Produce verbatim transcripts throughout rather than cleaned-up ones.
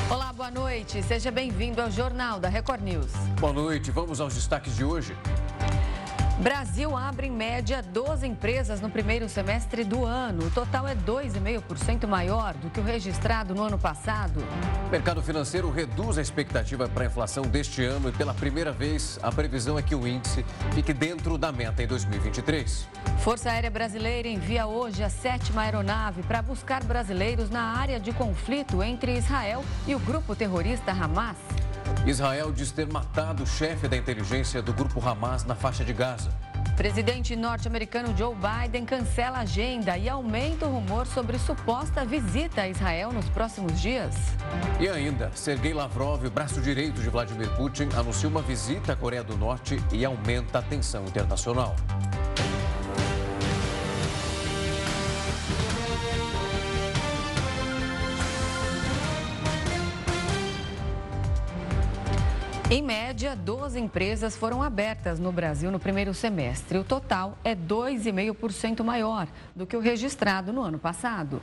Olá, boa noite. Seja bem-vindo ao Jornal da Record News. Boa noite. Vamos aos destaques de hoje. Brasil abre em média doze empresas no primeiro semestre do ano. O total é dois vírgula cinco por cento maior do que o registrado no ano passado. O mercado financeiro reduz a expectativa para a inflação deste ano e, pela primeira vez, a previsão é que o índice fique dentro da meta em dois mil e vinte e três. Força Aérea Brasileira envia hoje a sétima aeronave para buscar brasileiros na área de conflito entre Israel e o grupo terrorista Hamas. Israel diz ter matado o chefe da inteligência do grupo Hamas na faixa de Gaza. Presidente norte-americano Joe Biden cancela a agenda e aumenta o rumor sobre suposta visita a Israel nos próximos dias. E ainda, Sergei Lavrov, o braço direito de Vladimir Putin, anuncia uma visita à Coreia do Norte e aumenta a tensão internacional. Em média, doze empresas foram abertas no Brasil no primeiro semestre. O total é dois vírgula cinco por cento maior do que o registrado no ano passado.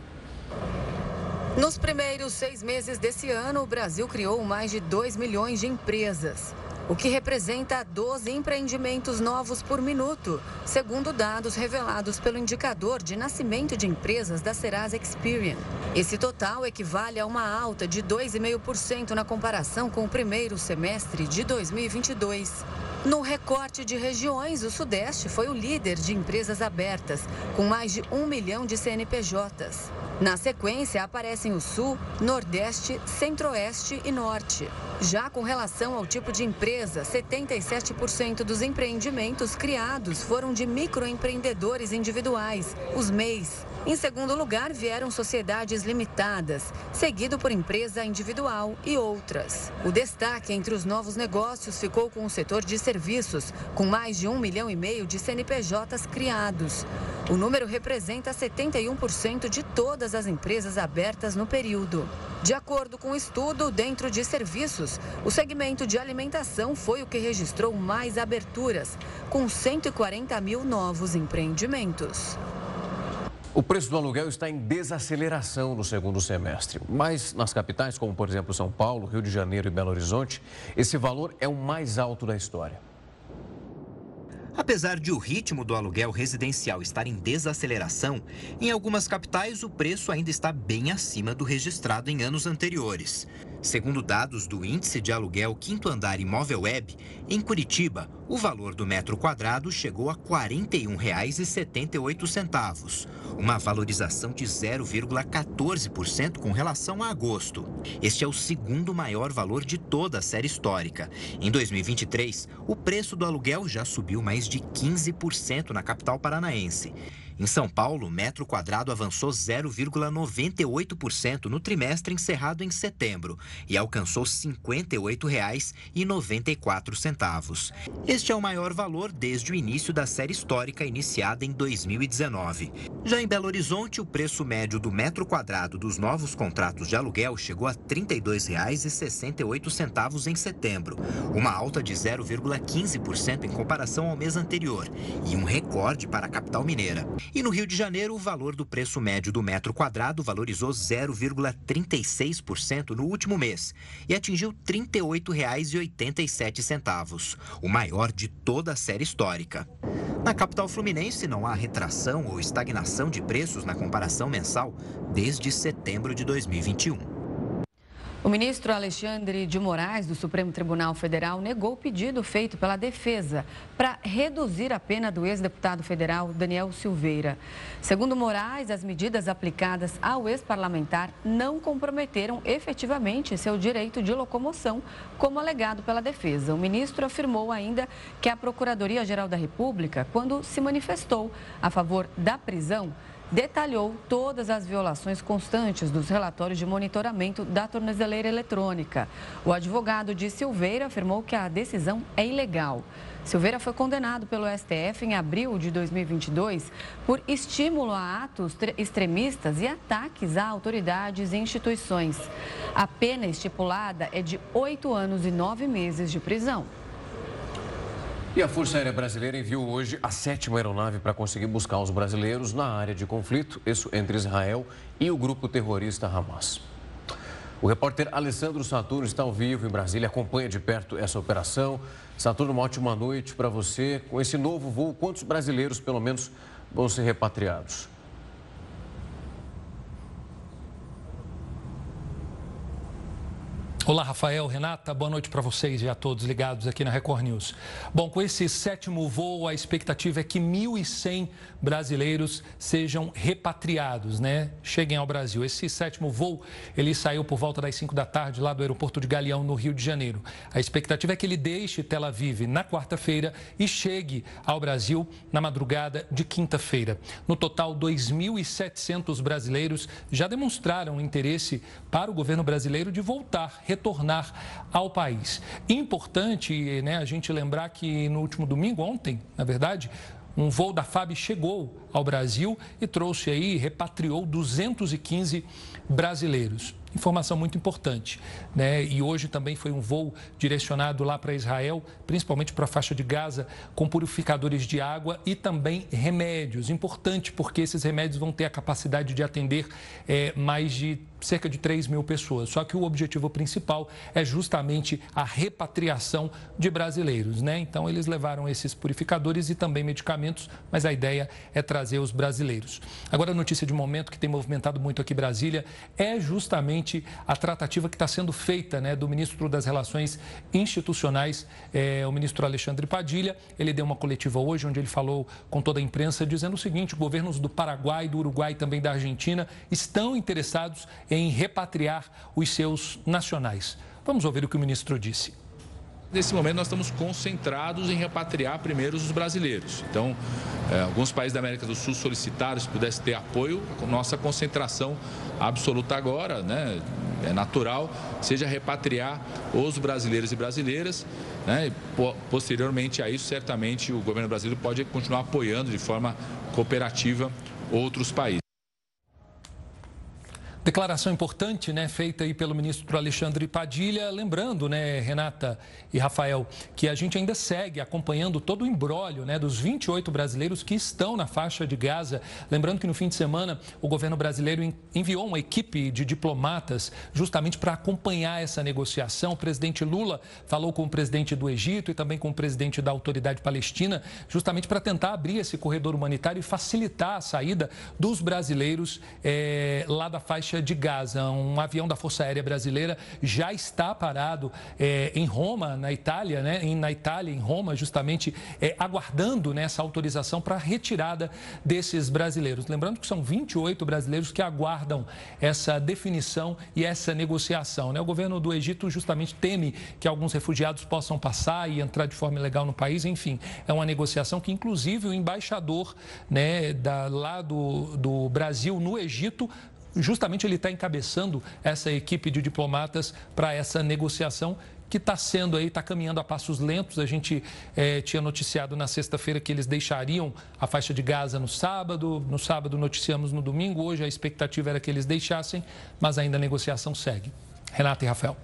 Nos primeiros seis meses desse ano, o Brasil criou mais de dois milhões de empresas, o que representa doze empreendimentos novos por minuto, segundo dados revelados pelo indicador de nascimento de empresas da Serasa Experian. Esse total equivale a uma alta de dois vírgula cinco por cento na comparação com o primeiro semestre de dois mil e vinte e dois. No recorte de regiões, o Sudeste foi o líder de empresas abertas, com mais de um milhão de C N P Js. Na sequência, aparecem o Sul, Nordeste, Centro-Oeste e Norte. Já com relação ao tipo de empresa, setenta e sete por cento dos empreendimentos criados foram de microempreendedores individuais, os M E Is. Em segundo lugar, vieram sociedades limitadas, seguido por empresa individual e outras. O destaque entre os novos negócios ficou com o setor de serviços, com mais de um milhão e meio de C N P Js criados. O número representa setenta e um por cento de todas as empresas abertas no período. De acordo com o estudo, dentro de serviços, o segmento de alimentação foi o que registrou mais aberturas, com cento e quarenta mil novos empreendimentos. O preço do aluguel está em desaceleração no segundo semestre, mas nas capitais, como por exemplo São Paulo, Rio de Janeiro e Belo Horizonte, esse valor é o mais alto da história. Apesar de o ritmo do aluguel residencial estar em desaceleração, em algumas capitais o preço ainda está bem acima do registrado em anos anteriores. Segundo dados do Índice de Aluguel Quinto Andar Imóvel Web, em Curitiba, o valor do metro quadrado chegou a quarenta e um reais e setenta e oito centavos, uma valorização de zero vírgula quatorze por cento com relação a agosto. Este é o segundo maior valor de toda a série histórica. Em dois mil e vinte e três, o preço do aluguel já subiu mais de quinze por cento na capital paranaense. Em São Paulo, o metro quadrado avançou zero vírgula noventa e oito por cento no trimestre encerrado em setembro e alcançou cinquenta e oito reais e noventa e quatro centavos. Este é o maior valor desde o início da série histórica iniciada em dois mil e dezenove. Já em Belo Horizonte, o preço médio do metro quadrado dos novos contratos de aluguel chegou a trinta e dois reais e sessenta e oito centavos em setembro, uma alta de zero vírgula quinze por cento em comparação ao mês anterior e um recorde para a capital mineira. E no Rio de Janeiro, o valor do preço médio do metro quadrado valorizou zero vírgula trinta e seis por cento no último mês e atingiu trinta e oito reais e oitenta e sete centavos, o maior de toda a série histórica. Na capital fluminense, não há retração ou estagnação de preços na comparação mensal desde setembro de dois mil e vinte e um. O ministro Alexandre de Moraes, do Supremo Tribunal Federal, negou o pedido feito pela defesa para reduzir a pena do ex-deputado federal Daniel Silveira. Segundo Moraes, as medidas aplicadas ao ex-parlamentar não comprometeram efetivamente seu direito de locomoção, como alegado pela defesa. O ministro afirmou ainda que a Procuradoria-Geral da República, quando se manifestou a favor da prisão, detalhou todas as violações constantes dos relatórios de monitoramento da tornozeleira eletrônica. O advogado de Silveira afirmou que a decisão é ilegal. Silveira foi condenado pelo S T F em abril de dois mil e vinte e dois por estímulo a atos extremistas e ataques a autoridades e instituições. A pena estipulada é de oito anos e nove meses de prisão. E a Força Aérea Brasileira enviou hoje a sétima aeronave para conseguir buscar os brasileiros na área de conflito, isso entre Israel e o grupo terrorista Hamas. O repórter Alessandro Saturno está ao vivo em Brasília, acompanha de perto essa operação. Saturno, uma ótima noite para você. Com esse novo voo, quantos brasileiros, pelo menos, vão ser repatriados? Olá, Rafael, Renata, boa noite para vocês e a todos ligados aqui na Record News. Bom, com esse sétimo voo, a expectativa é que mil e cem brasileiros sejam repatriados, né? Cheguem ao Brasil. Esse sétimo voo, ele saiu por volta das cinco da tarde lá do aeroporto de Galeão, no Rio de Janeiro. A expectativa é que ele deixe Tel Aviv na quarta-feira e chegue ao Brasil na madrugada de quinta-feira. No total, dois mil e setecentos brasileiros já demonstraram interesse para o governo brasileiro de voltar, retornar ao país. Importante, né, a gente lembrar que no último domingo, ontem, na verdade, um voo da F A B chegou ao Brasil e trouxe aí, repatriou duzentos e quinze brasileiros. Informação muito importante, né? E hoje também foi um voo direcionado lá para Israel, principalmente para a faixa de Gaza, com purificadores de água e também remédios. Importante porque esses remédios vão ter a capacidade de atender é, mais de cerca de três mil pessoas. Só que o objetivo principal é justamente a repatriação de brasileiros, né? Então, eles levaram esses purificadores e também medicamentos, mas a ideia é trazer os brasileiros. Agora, a notícia de momento que tem movimentado muito aqui em Brasília é justamente a tratativa que está sendo feita, né, do ministro das Relações Institucionais, é, o ministro Alexandre Padilha. Ele deu uma coletiva hoje, onde ele falou com toda a imprensa, dizendo o seguinte: governos do Paraguai, do Uruguai e também da Argentina estão interessados em repatriar os seus nacionais. Vamos ouvir o que o ministro disse. Nesse momento, nós estamos concentrados em repatriar primeiro os brasileiros. Então, eh, alguns países da América do Sul solicitaram, se pudesse ter apoio, nossa concentração absoluta agora, né, é natural, seja repatriar os brasileiros e brasileiras, né, e posteriormente a isso, certamente, o governo brasileiro pode continuar apoiando de forma cooperativa outros países. Declaração importante, né, feita aí pelo ministro Alexandre Padilha, lembrando, né, Renata e Rafael, que a gente ainda segue acompanhando todo o imbróglio, né, dos vinte e oito brasileiros que estão na faixa de Gaza. Lembrando que no fim de semana o governo brasileiro enviou uma equipe de diplomatas justamente para acompanhar essa negociação. O presidente Lula falou com o presidente do Egito e também com o presidente da Autoridade Palestina, justamente para tentar abrir esse corredor humanitário e facilitar a saída dos brasileiros é, lá da faixa de Gaza. Um avião da Força Aérea Brasileira já está parado é, em Roma, na Itália, né? Em, na Itália, em Roma, justamente é, aguardando, né, essa autorização para a retirada desses brasileiros. Lembrando que são vinte e oito brasileiros que aguardam essa definição e essa negociação, né? O governo do Egito justamente teme que alguns refugiados possam passar e entrar de forma ilegal no país. Enfim, é uma negociação que, inclusive, o embaixador, né, da, lá do, do Brasil no Egito, justamente ele está encabeçando essa equipe de diplomatas para essa negociação que está sendo aí, está caminhando a passos lentos. A gente é, tinha noticiado na sexta-feira que eles deixariam a faixa de Gaza no sábado. No sábado noticiamos no domingo. Hoje a expectativa era que eles deixassem, mas ainda a negociação segue. Renata e Rafael.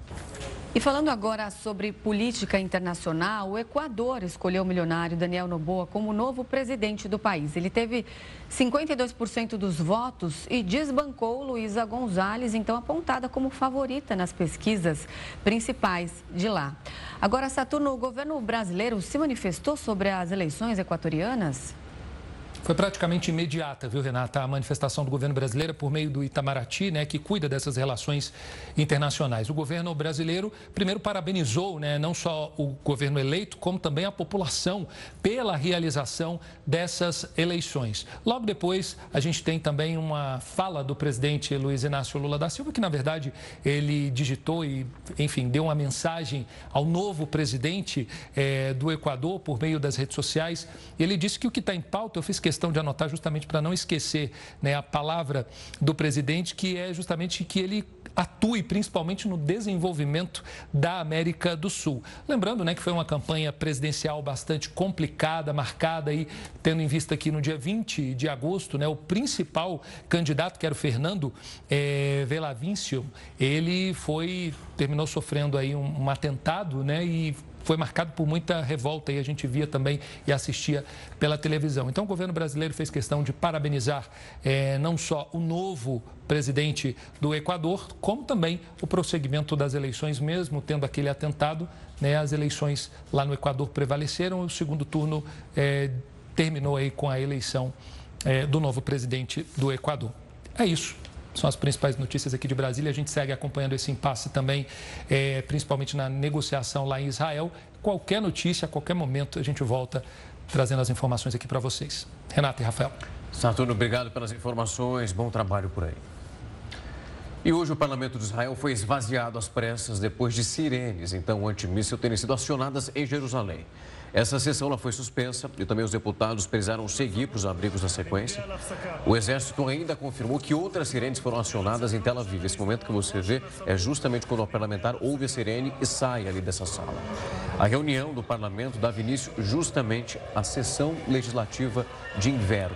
E falando agora sobre política internacional, o Equador escolheu o milionário Daniel Noboa como novo presidente do país. Ele teve cinquenta e dois por cento dos votos e desbancou Luísa González, então apontada como favorita nas pesquisas principais de lá. Agora, Saturno, o governo brasileiro se manifestou sobre as eleições equatorianas? Foi praticamente imediata, viu, Renata, a manifestação do governo brasileiro por meio do Itamaraty, né, que cuida dessas relações internacionais. O governo brasileiro primeiro parabenizou, né, não só o governo eleito, como também a população pela realização dessas eleições. Logo depois, a gente tem também uma fala do presidente Luiz Inácio Lula da Silva, que na verdade ele digitou e, enfim, deu uma mensagem ao novo presidente eh, do Equador por meio das redes sociais. Ele disse que o que está em pauta, eu fiz questão de anotar justamente para não esquecer, né, a palavra do presidente, que é justamente que ele atue principalmente no desenvolvimento da América do Sul. Lembrando, né, que foi uma campanha presidencial bastante complicada, marcada aí, tendo em vista que no dia vinte de agosto, né, o principal candidato, que era o Fernando é, Villavicencio, ele foi, terminou sofrendo aí um, um atentado, né, e foi marcado por muita revolta e a gente via também e assistia pela televisão. Então, o governo brasileiro fez questão de parabenizar é, não só o novo presidente do Equador, como também o prosseguimento das eleições, mesmo tendo aquele atentado, né, as eleições lá no Equador prevaleceram e o segundo turno é, terminou aí com a eleição é, do novo presidente do Equador. É isso. São as principais notícias aqui de Brasília. A gente segue acompanhando esse impasse também, é, principalmente na negociação lá em Israel. Qualquer notícia, a qualquer momento, a gente volta trazendo as informações aqui para vocês. Renata e Rafael. Saturno, obrigado pelas informações. Bom trabalho por aí. E hoje o parlamento de Israel foi esvaziado às pressas depois de sirenes, então antimíssil, terem sido acionadas em Jerusalém. Essa sessão ela foi suspensa e também os deputados precisaram seguir para os abrigos na sequência. O Exército ainda confirmou que outras sirenes foram acionadas em Tel Aviv. Esse momento que você vê é justamente quando o parlamentar ouve a sirene e sai ali dessa sala. A reunião do parlamento dava início justamente à sessão legislativa de inverno.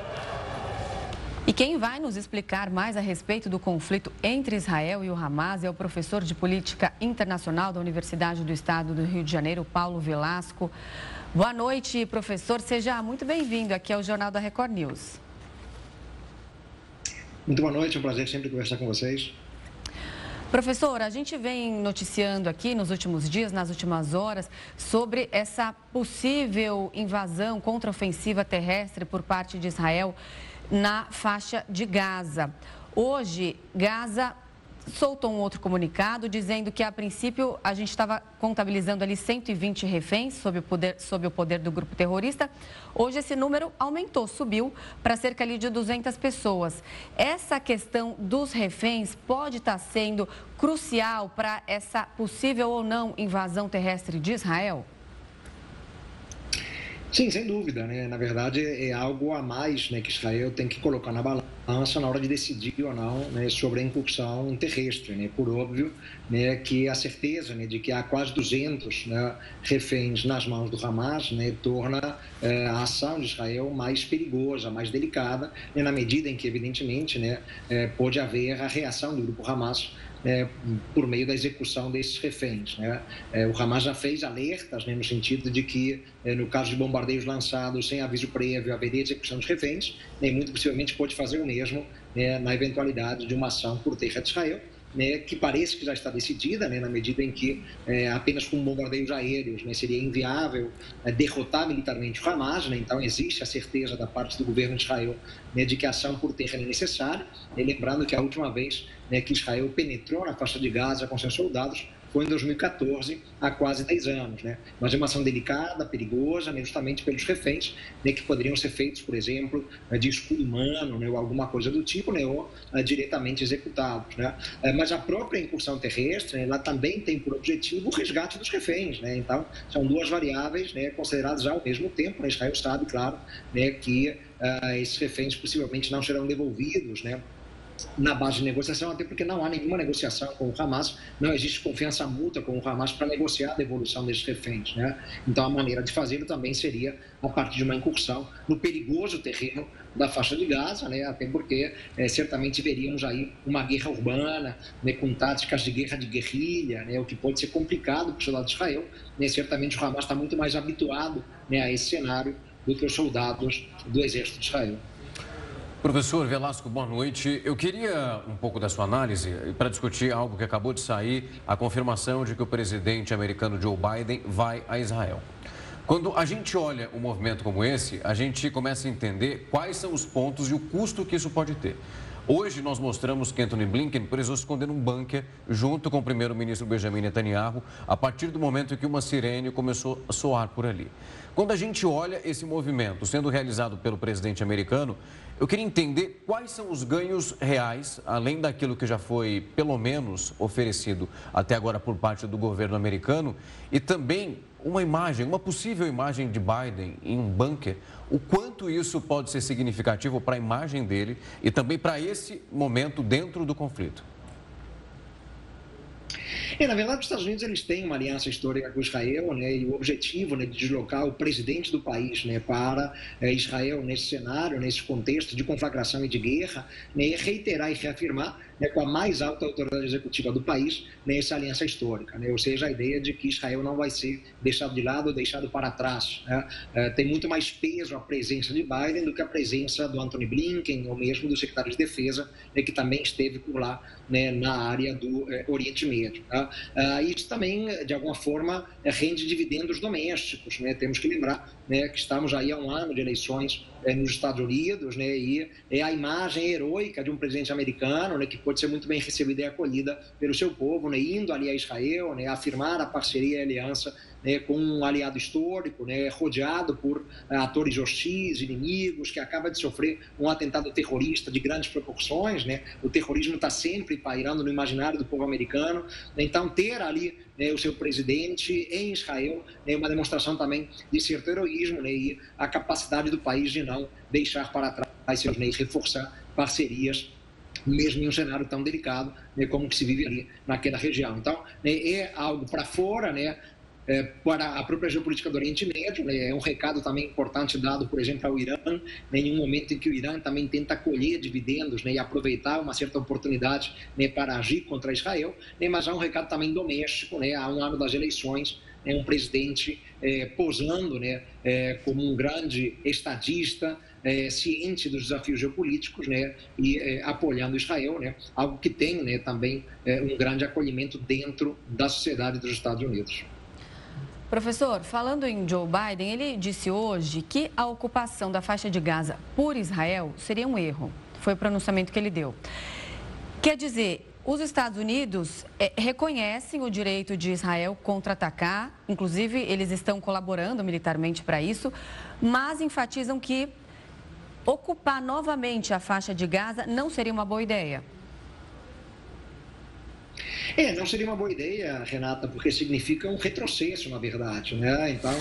E quem vai nos explicar mais a respeito do conflito entre Israel e o Hamas é o professor de Política Internacional da Universidade do Estado do Rio de Janeiro, Paulo Velasco. Boa noite, professor. Seja muito bem-vindo aqui ao Jornal da Record News. Muito boa noite, é um prazer sempre conversar com vocês. Professor, a gente vem noticiando aqui nos últimos dias, nas últimas horas, sobre essa possível invasão contraofensiva terrestre por parte de Israel na faixa de Gaza. Hoje, Gaza soltou um outro comunicado dizendo que, a princípio, a gente estava contabilizando ali cento e vinte reféns sob o poder, sob o poder do grupo terrorista. Hoje, esse número aumentou, subiu para cerca ali de duzentas pessoas. Essa questão dos reféns pode estar sendo crucial para essa possível ou não invasão terrestre de Israel? Sim, sem dúvida, né? Na verdade, é algo a mais, né, que Israel tem que colocar na balança na hora de decidir ou não, né, sobre a incursão terrestre, né? Por óbvio, né, que a certeza, né, de que há quase duzentos, né, reféns nas mãos do Hamas, né, torna eh, a ação de Israel mais perigosa, mais delicada, né, na medida em que, evidentemente, né, eh, pode haver a reação do grupo Hamas É, por meio da execução desses reféns, né? É, o Hamas já fez alertas, né, no sentido de que, é, no caso de bombardeios lançados sem aviso prévio, haveria execução dos reféns, e muito possivelmente pode fazer o mesmo, né, na eventualidade de uma ação por terra de Israel, né, que parece que já está decidida, né, na medida em que é, apenas com bombardeios aéreos, né, seria inviável é, derrotar militarmente o Hamas, né, então existe a certeza da parte do governo de Israel, né, de que a ação por terra é necessária, e lembrando que a última vez, né, que Israel penetrou na faixa de Gaza com seus soldados foi em dois mil e quatorze, há quase dez anos, né? Mas é uma ação delicada, perigosa, né, justamente pelos reféns, né, que poderiam ser feitos, por exemplo, de escudo humano, né, ou alguma coisa do tipo, né, ou uh, diretamente executados, né? Uh, mas a própria incursão terrestre, né, ela também tem por objetivo o resgate dos reféns, né? Então, são duas variáveis, né, consideradas já ao mesmo tempo, né? Israel sabe, claro, né, que uh, esses reféns possivelmente não serão devolvidos, né, na base de negociação, até porque não há nenhuma negociação com o Hamas, não existe confiança mútua com o Hamas para negociar a devolução desses reféns, né? Então, a maneira de fazê-lo também seria a partir de uma incursão no perigoso terreno da faixa de Gaza, né? Até porque é, certamente veríamos aí uma guerra urbana, né, com táticas de guerra de guerrilha, né, o que pode ser complicado para o soldado de Israel, né? Certamente o Hamas está muito mais habituado, né, a esse cenário do que os soldados do exército de Israel. Professor Velasco, boa noite. Eu queria um pouco da sua análise para discutir algo que acabou de sair, a confirmação de que o presidente americano Joe Biden vai a Israel. Quando a gente olha um movimento como esse, a gente começa a entender quais são os pontos e o custo que isso pode ter. Hoje nós mostramos que Antony Blinken precisou se esconder num bunker junto com o primeiro-ministro Benjamin Netanyahu a partir do momento em que uma sirene começou a soar por ali. Quando a gente olha esse movimento sendo realizado pelo presidente americano, eu queria entender quais são os ganhos reais, além daquilo que já foi, pelo menos, oferecido até agora por parte do governo americano, e também uma imagem, uma possível imagem de Biden em um bunker, o quanto isso pode ser significativo para a imagem dele e também para esse momento dentro do conflito. É, na verdade, os Estados Unidos eles têm uma aliança histórica com Israel, né, e o objetivo, né, de deslocar o presidente do país, né, para é, Israel nesse cenário, nesse contexto de conflagração e de guerra, né, e reiterar e reafirmar, né, com a mais alta autoridade executiva do país, né, essa aliança histórica, né, ou seja, a ideia de que Israel não vai ser deixado de lado ou deixado para trás. Né, é, tem muito mais peso a presença de Biden do que a presença do Antony Blinken ou mesmo do secretário de Defesa, né, que também esteve por lá, né, na área do é, Oriente Médio. Tá? Ah, isso também, de alguma forma, rende dividendos domésticos. Né? Temos que lembrar, né, que estamos aí há um ano de eleições é, nos Estados Unidos, né, e é a imagem heróica de um presidente americano, né, que pode ser muito bem recebida e acolhida pelo seu povo, né, indo ali a Israel, né, afirmar a parceria e a aliança, né, com um aliado histórico, né, rodeado por atores hostis, inimigos, que acaba de sofrer um atentado terrorista de grandes proporções. Né? O terrorismo está sempre pairando no imaginário do povo americano. Então, ter ali, né, o seu presidente em Israel é, né, uma demonstração também de certo heroísmo, né, e a capacidade do país de não deixar para trás seus, né, e reforçar parcerias mesmo em um cenário tão delicado, né, como que se vive ali naquela região. Então, né, é algo para fora, né, É, para a própria geopolítica do Oriente Médio, né, é um recado também importante dado, por exemplo, ao Irã, né, em um momento em que o Irã também tenta colher dividendos, né, e aproveitar uma certa oportunidade, né, para agir contra Israel, né, mas há um recado também doméstico, né, há um ano das eleições, né, um presidente é, posando, né, é, como um grande estadista, é, ciente dos desafios geopolíticos, né, e é, apoiando Israel, né, algo que tem, né, também é, um grande acolhimento dentro da sociedade dos Estados Unidos. Professor, falando em Joe Biden, ele disse hoje que a ocupação da faixa de Gaza por Israel seria um erro. Foi o pronunciamento que ele deu. Quer dizer, os Estados Unidos é, reconhecem o direito de Israel contra-atacar, inclusive eles estão colaborando militarmente para isso, mas enfatizam que ocupar novamente a faixa de Gaza não seria uma boa ideia. É, não seria uma boa ideia, Renata, porque significa um retrocesso, na verdade, né? Então,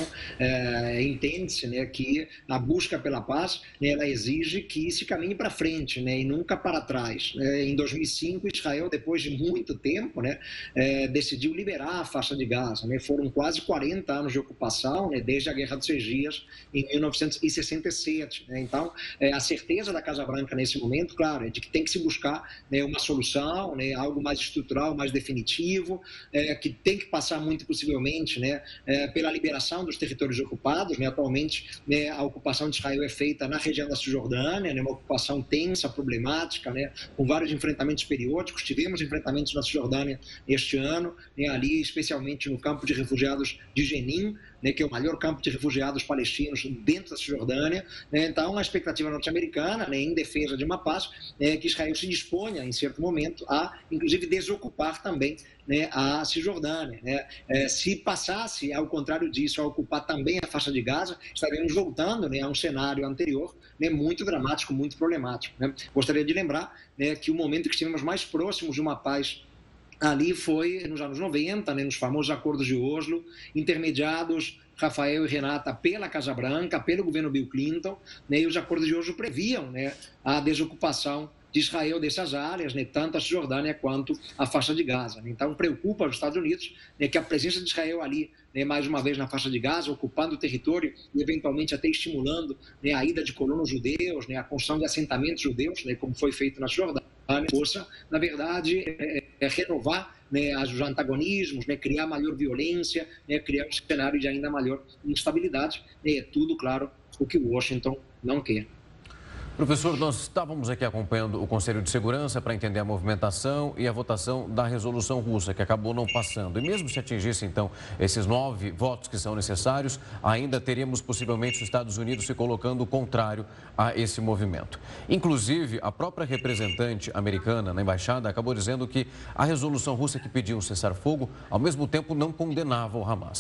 é, entende-se, né, que a busca pela paz, né, ela exige que se caminhe para frente, né, e nunca para trás. É, em dois mil e cinco, Israel, depois de muito tempo, né, é, decidiu liberar a faixa de Gaza. Né? Foram quase quarenta anos de ocupação, né, desde a Guerra dos Seis Dias, em mil novecentos e sessenta e sete. Né? Então, é, a certeza da Casa Branca nesse momento, claro, é de que tem que se buscar, né, uma solução, né, algo mais estrutural, mais definitivo, é, que tem que passar muito possivelmente, né, é, pela liberação dos territórios ocupados. Né, atualmente, né, a ocupação de Israel é feita na região da Cisjordânia, né, uma ocupação tensa, problemática, né, com vários enfrentamentos periódicos. Tivemos enfrentamentos na Cisjordânia este ano, né, ali especialmente no campo de refugiados de Jenin, né, que é o maior campo de refugiados palestinos dentro da Cisjordânia. Né, então, a expectativa norte-americana, né, em defesa de uma paz, é que Israel se disponha, em certo momento, a, inclusive, desocupar também, né, a Cisjordânia. Né. É, se passasse, ao contrário disso, a ocupar também a faixa de Gaza, estaríamos voltando, né, a um cenário anterior, né, muito dramático, muito problemático. Né. Gostaria de lembrar, né, que o momento que estivemos mais próximos de uma paz ali foi nos anos noventa, né, nos famosos acordos de Oslo, intermediados, Rafael e Renata, pela Casa Branca, pelo governo Bill Clinton, né, e os acordos de Oslo previam, né, a desocupação de Israel dessas áreas, né, tanto a Cisjordânia quanto a faixa de Gaza. Né. Então, preocupa os Estados Unidos, né, que a presença de Israel ali, né, mais uma vez na faixa de Gaza, ocupando o território e eventualmente até estimulando, né, a ida de colonos judeus, né, a construção de assentamentos judeus, né, como foi feito na Cisjordânia, possa, na verdade, é, é renovar, né, os antagonismos, né, criar maior violência, né, criar um cenário de ainda maior instabilidade. É tudo, claro, o que Washington não quer. Professor, nós estávamos aqui acompanhando o Conselho de Segurança para entender a movimentação e a votação da resolução russa, que acabou não passando. E mesmo se atingisse, então, esses nove votos que são necessários, ainda teríamos possivelmente os Estados Unidos se colocando contrário a esse movimento. Inclusive, a própria representante americana na embaixada acabou dizendo que a resolução russa que pediu um cessar-fogo, ao mesmo tempo, não condenava o Hamas.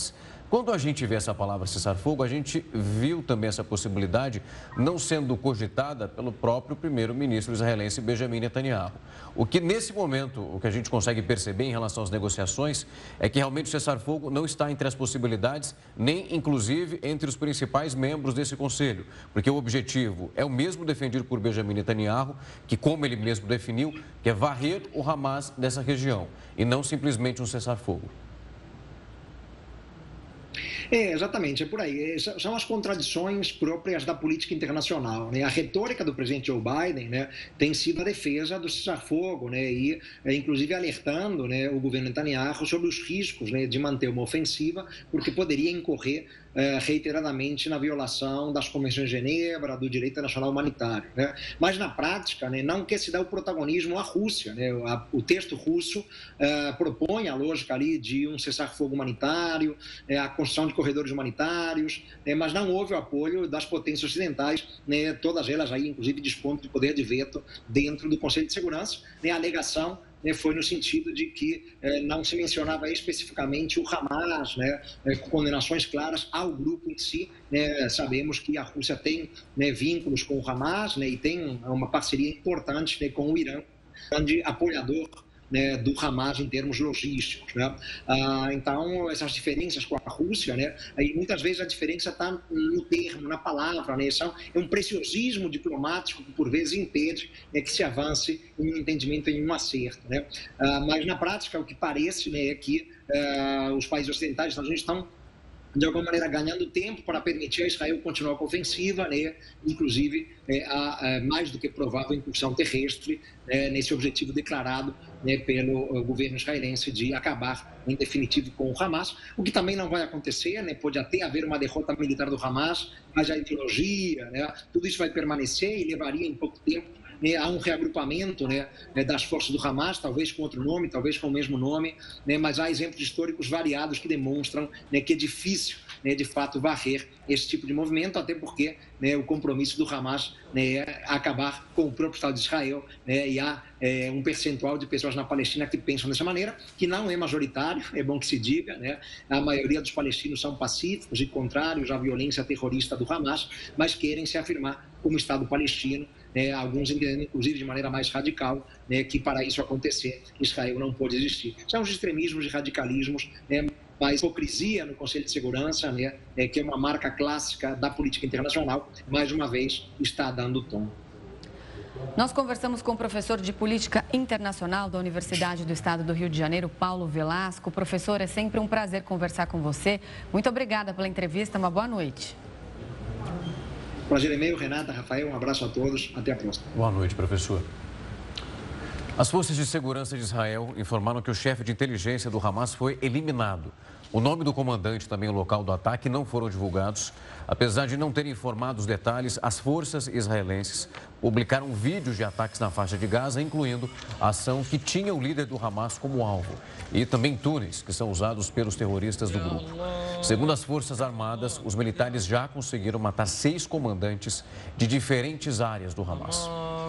Quando a gente vê essa palavra cessar-fogo, a gente viu também essa possibilidade não sendo cogitada pelo próprio primeiro-ministro israelense Benjamin Netanyahu. O que nesse momento, o que a gente consegue perceber em relação às negociações é que realmente o cessar-fogo não está entre as possibilidades, nem inclusive entre os principais membros desse conselho, porque o objetivo é o mesmo defendido por Benjamin Netanyahu, que como ele mesmo definiu, que é varrer o Hamas dessa região e não simplesmente um cessar-fogo. É, exatamente, é por aí. São as contradições próprias da política internacional, né? A retórica do presidente Joe Biden, né, tem sido a defesa do cessar-fogo, né, e é, inclusive alertando, né, o governo Netanyahu sobre os riscos, né, de manter uma ofensiva, porque poderia incorrer é, reiteradamente na violação das convenções de Genebra, do direito internacional humanitário, né? Mas na prática, né, não quer se dar o protagonismo à Rússia, né? O texto russo é, propõe a lógica ali de um cessar-fogo humanitário, é, a construção de corredores humanitários, é, mas não houve o apoio das potências ocidentais, né, todas elas aí, inclusive, dispondo de poder de veto dentro do Conselho de Segurança, né? A alegação, né, foi no sentido de que eh, não se mencionava especificamente o Hamas, né, eh, com condenações claras ao grupo em si, né? Sabemos que a Rússia tem, né, vínculos com o Hamas, né, e tem uma parceria importante, né, com o Irã, grande apoiador, né, do Hamas em termos logísticos, né? Ah, então, essas diferenças com a Rússia, né, aí muitas vezes a diferença está no termo, na palavra, né? São, é um preciosismo diplomático que por vezes impede, né, que se avance em um entendimento, em um acerto, né? Ah, mas na prática o que parece, né, é que ah, os países ocidentais, Estados Unidos, estão de alguma maneira ganhando tempo para permitir a Israel continuar com a ofensiva, né? Inclusive é, a, a mais do que provável incursão terrestre, né, nesse objetivo declarado, né, pelo uh, governo israelense de acabar em definitivo com o Hamas, o que também não vai acontecer, né? Pode até haver uma derrota militar do Hamas, mas a ideologia, né, tudo isso vai permanecer e levaria em pouco tempo, né, há um reagrupamento, né, das forças do Hamas, talvez com outro nome, talvez com o mesmo nome, né, mas há exemplos históricos variados que demonstram, né, que é difícil, né, de fato varrer esse tipo de movimento, até porque, né, o compromisso do Hamas, né, é acabar com o próprio Estado de Israel, né, e há é, um percentual de pessoas na Palestina que pensam dessa maneira, que não é majoritário, é bom que se diga, né, a maioria dos palestinos são pacíficos e contrários à violência terrorista do Hamas, mas querem se afirmar como Estado palestino, né, alguns entendendo, inclusive, de maneira mais radical, né, que para isso acontecer, Israel não pode existir. São os extremismos e radicalismos, né, mas hipocrisia no Conselho de Segurança, né, é, que é uma marca clássica da política internacional, mais uma vez está dando tom. Nós conversamos com o professor de Política Internacional da Universidade do Estado do Rio de Janeiro, Paulo Velasco. Professor, é sempre um prazer conversar com você. Muito obrigada pela entrevista, uma boa noite. Prazer é meu, Renata, Rafael, um abraço a todos, até a próxima. Boa noite, professor. As forças de segurança de Israel informaram que o chefe de inteligência do Hamas foi eliminado. O nome do comandante e também o local do ataque não foram divulgados. Apesar de não terem informado os detalhes, as forças israelenses publicaram vídeos de ataques na faixa de Gaza, incluindo a ação que tinha o líder do Hamas como alvo e também túneis que são usados pelos terroristas do grupo. Segundo as Forças Armadas, os militares já conseguiram matar seis comandantes de diferentes áreas do Hamas.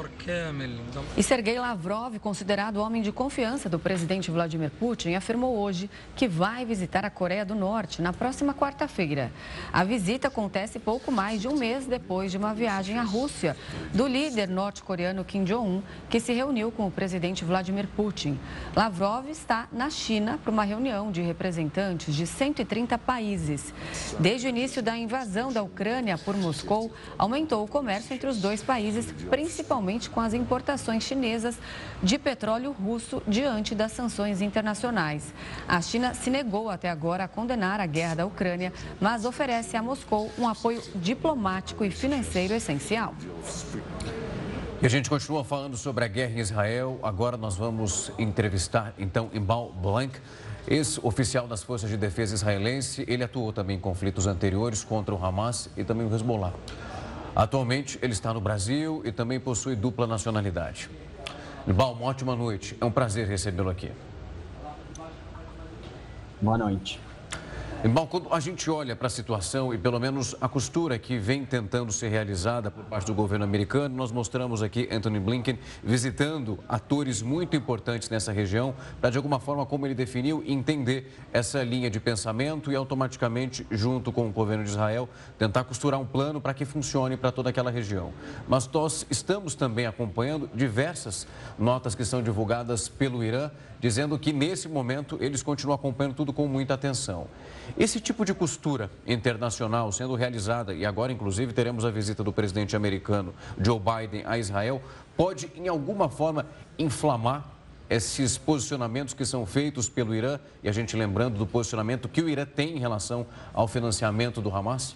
E Sergei Lavrov, considerado homem de confiança do presidente Vladimir Putin, afirmou hoje que vai visitar a Coreia do Norte na próxima quarta-feira. A visita acontece pouco mais de um mês depois de uma viagem à Rússia do líder norte-coreano Kim Jong-un, que se reuniu com o presidente Vladimir Putin. Lavrov está na China para uma reunião de representantes de cento e trinta países. Desde o início da invasão da Ucrânia por Moscou, aumentou o comércio entre os dois países, principalmente com as importações chinesas de petróleo russo diante das sanções internacionais. A China se negou até agora a condenar a guerra da Ucrânia, mas oferece a Moscou um apoio diplomático e financeiro essencial. E a gente continua falando sobre a guerra em Israel. Agora nós vamos entrevistar, então, Imbal Blank, ex-oficial das Forças de Defesa israelense. Ele atuou também em conflitos anteriores contra o Hamas e também o Hezbollah. Atualmente, ele está no Brasil e também possui dupla nacionalidade. Imbal, uma ótima noite. É um prazer recebê-lo aqui. Boa noite. Bom, quando a gente olha para a situação e pelo menos a costura que vem tentando ser realizada por parte do governo americano, nós mostramos aqui Antony Blinken visitando atores muito importantes nessa região para, de alguma forma, como ele definiu, entender essa linha de pensamento e automaticamente, junto com o governo de Israel, tentar costurar um plano para que funcione para toda aquela região. Mas nós estamos também acompanhando diversas notas que são divulgadas pelo Irã, dizendo que, nesse momento, eles continuam acompanhando tudo com muita atenção. Esse tipo de costura internacional sendo realizada, e agora, inclusive, teremos a visita do presidente americano Joe Biden a Israel, pode, em alguma forma, inflamar esses posicionamentos que são feitos pelo Irã, e a gente lembrando do posicionamento que o Irã tem em relação ao financiamento do Hamas?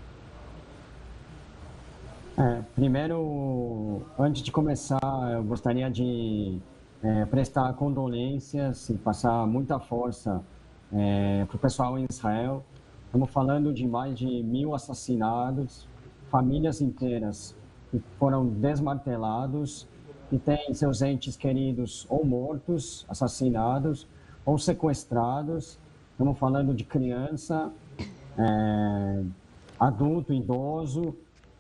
É, primeiro, antes de começar, eu gostaria de é, prestar condolências e passar muita força é, para o pessoal em Israel. Estamos falando de mais de mil assassinados, famílias inteiras que foram desmantelados, que têm seus entes queridos ou mortos, assassinados, ou sequestrados. Estamos falando de criança, é, adulto, idoso.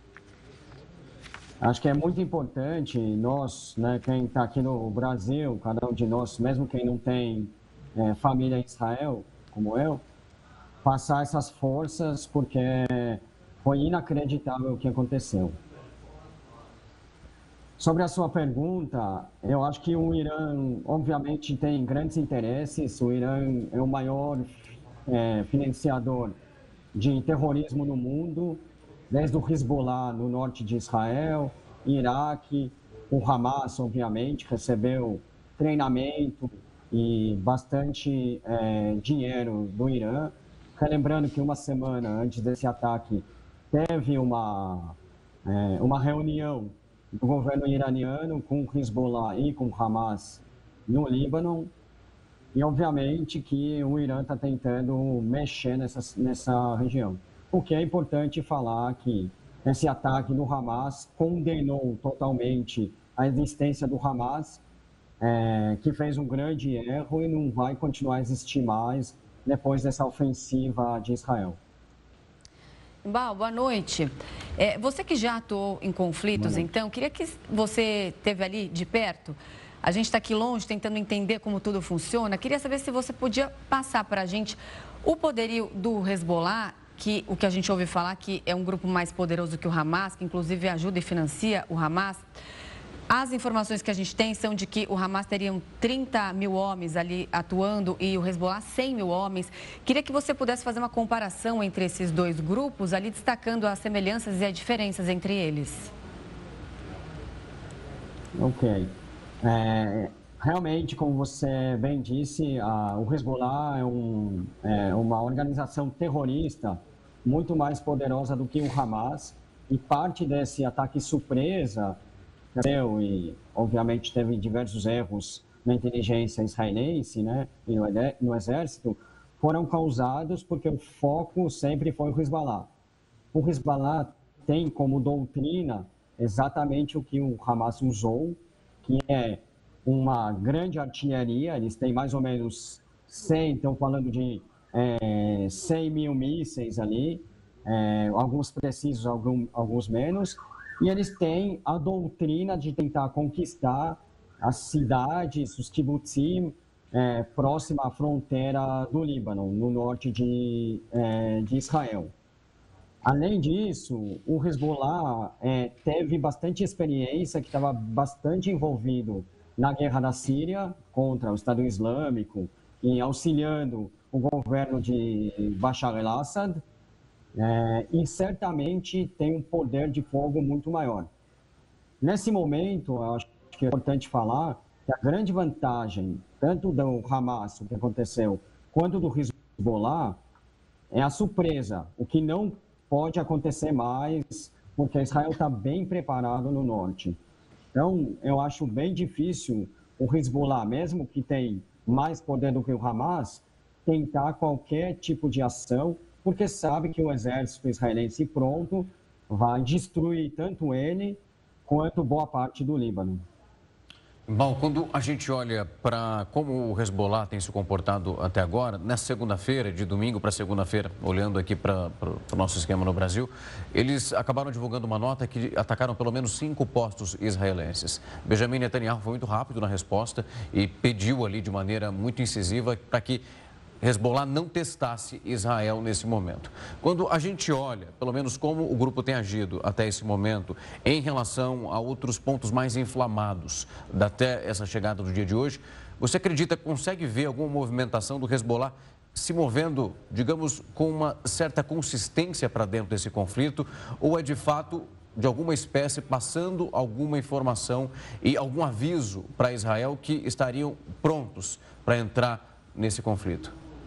Acho que é muito importante nós, né, quem está aqui no Brasil, cada um de nós, mesmo quem não tem é, família em Israel, como eu, passar essas forças, porque foi inacreditável o que aconteceu. Sobre a sua pergunta, eu acho que o Irã, obviamente, tem grandes interesses. O Irã é o maior é, financiador de terrorismo no mundo, desde o Hezbollah no norte de Israel, Iraque, o Hamas, obviamente, recebeu treinamento e bastante é, dinheiro do Irã. Lembrando que uma semana antes desse ataque, teve uma, é, uma reunião do governo iraniano com o Hezbollah e com o Hamas no Líbano. E, obviamente, que o Irã está tentando mexer nessa, nessa região. O que é importante falar que esse ataque do Hamas condenou totalmente a existência do Hamas, é, que fez um grande erro e não vai continuar a existir mais depois dessa ofensiva de Israel. Bal, boa noite. É, você que já atuou em conflitos, então, queria que você esteve ali de perto. A gente está aqui longe tentando entender como tudo funciona. Queria saber se você podia passar para a gente o poderio do Hezbollah, que o que a gente ouve falar que é um grupo mais poderoso que o Hamas, que inclusive ajuda e financia o Hamas. As informações que a gente tem são de que o Hamas teria trinta mil homens ali atuando e o Hezbollah cem mil homens. Queria que você pudesse fazer uma comparação entre esses dois grupos, ali destacando as semelhanças e as diferenças entre eles. Ok. É, realmente, como você bem disse, a, o Hezbollah é, um, é uma organização terrorista muito mais poderosa do que o Hamas, e parte desse ataque surpresa, e obviamente teve diversos erros na inteligência israelense, né, e no, no exército, foram causados porque o foco sempre foi o Hezbollah. O Hezbollah tem como doutrina exatamente o que o Hamas usou, que é uma grande artilharia. Eles têm mais ou menos cem, estão falando de é, cem mil mísseis ali, é, alguns precisos, algum, alguns menos. E eles têm a doutrina de tentar conquistar as cidades, os kibbutzim, é, próxima à fronteira do Líbano, no norte de, é, de Israel. Além disso, o Hezbollah é, teve bastante experiência, que estava bastante envolvido na guerra da Síria contra o Estado Islâmico e auxiliando o governo de Bashar al-Assad. É, e certamente tem um poder de fogo muito maior. Nesse momento, eu acho que é importante falar que a grande vantagem, tanto do Hamas, o que aconteceu, quanto do Hezbollah, é a surpresa, o que não pode acontecer mais, porque Israel está bem preparado no norte. Então, eu acho bem difícil o Hezbollah, mesmo que tem mais poder do que o Hamas, tentar qualquer tipo de ação, porque sabe que o exército israelense pronto vai destruir tanto ele quanto boa parte do Líbano. Bom, quando a gente olha para como o Hezbollah tem se comportado até agora, nessa segunda-feira, de domingo para segunda-feira, olhando aqui para o nosso esquema no Brasil, eles acabaram divulgando uma nota que atacaram pelo menos cinco postos israelenses. Benjamin Netanyahu foi muito rápido na resposta e pediu ali de maneira muito incisiva para que Hezbollah não testasse Israel nesse momento. Quando a gente olha, pelo menos como o grupo tem agido até esse momento, em relação a outros pontos mais inflamados até essa chegada do dia de hoje, você acredita, consegue ver alguma movimentação do Hezbollah se movendo, digamos, com uma certa consistência para dentro desse conflito, ou é de fato de alguma espécie passando alguma informação e algum aviso para Israel que estariam prontos para entrar nesse conflito?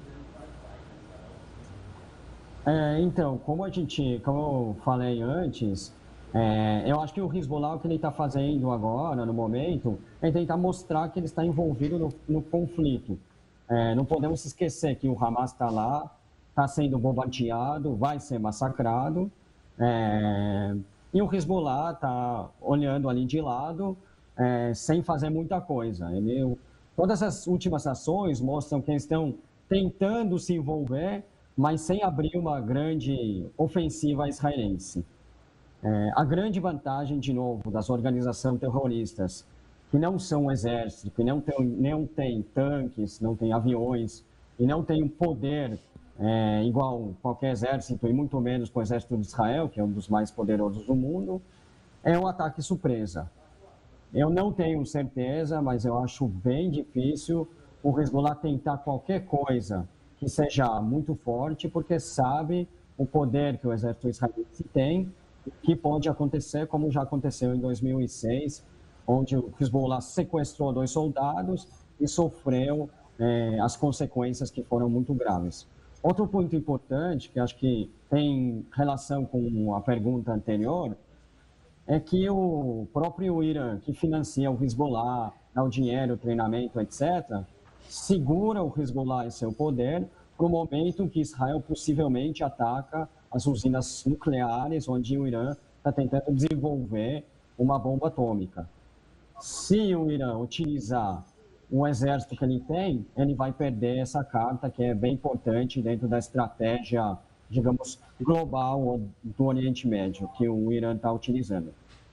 É, então, como a gente, como eu falei antes, é, eu acho que o Hezbollah, o que ele está fazendo agora, no momento, é tentar mostrar que ele está envolvido no, no conflito. É, não podemos esquecer que o Hamas está lá, está sendo bombardeado, vai ser massacrado, é, e o Hezbollah está olhando ali de lado, é, sem fazer muita coisa. Ele, todas as últimas ações mostram que eles estão tentando se envolver, mas sem abrir uma grande ofensiva israelense. É, a grande vantagem, de novo, das organizações terroristas, que não são um exército, que não tem, não tem tanques, não tem aviões, e não tem um poder é, igual qualquer exército, e muito menos com o exército de Israel, que é um dos mais poderosos do mundo, é um ataque surpresa. Eu não tenho certeza, mas eu acho bem difícil o Hezbollah tentar qualquer coisa que seja muito forte, porque sabe o poder que o exército israelense tem, que pode acontecer, como já aconteceu em dois mil e seis, onde o Hezbollah sequestrou dois soldados e sofreu eh, as consequências que foram muito graves. Outro ponto importante, que acho que tem relação com a pergunta anterior, é que o próprio Irã, que financia o Hezbollah, dá o dinheiro, o treinamento, etcétera, segura o Hezbollah em seu poder para o momento que Israel possivelmente ataca as usinas nucleares, onde o Irã está tentando desenvolver uma bomba atômica. Se o Irã utilizar o exército que ele tem, ele vai perder essa carta, que é bem importante dentro da estratégia, digamos, global do Oriente Médio, que o Irã está utilizando.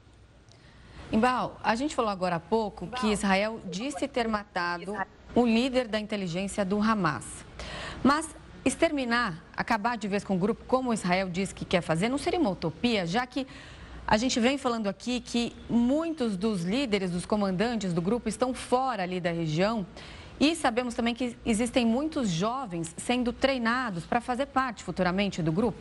Imbal, a gente falou agora há pouco que Israel disse ter matado o líder da inteligência do Hamas. Mas exterminar, acabar de vez com o grupo, como Israel diz que quer fazer, não seria uma utopia, já que a gente vem falando aqui que muitos dos líderes, dos comandantes do grupo estão fora ali da região e sabemos também que existem muitos jovens sendo treinados para fazer parte futuramente do grupo?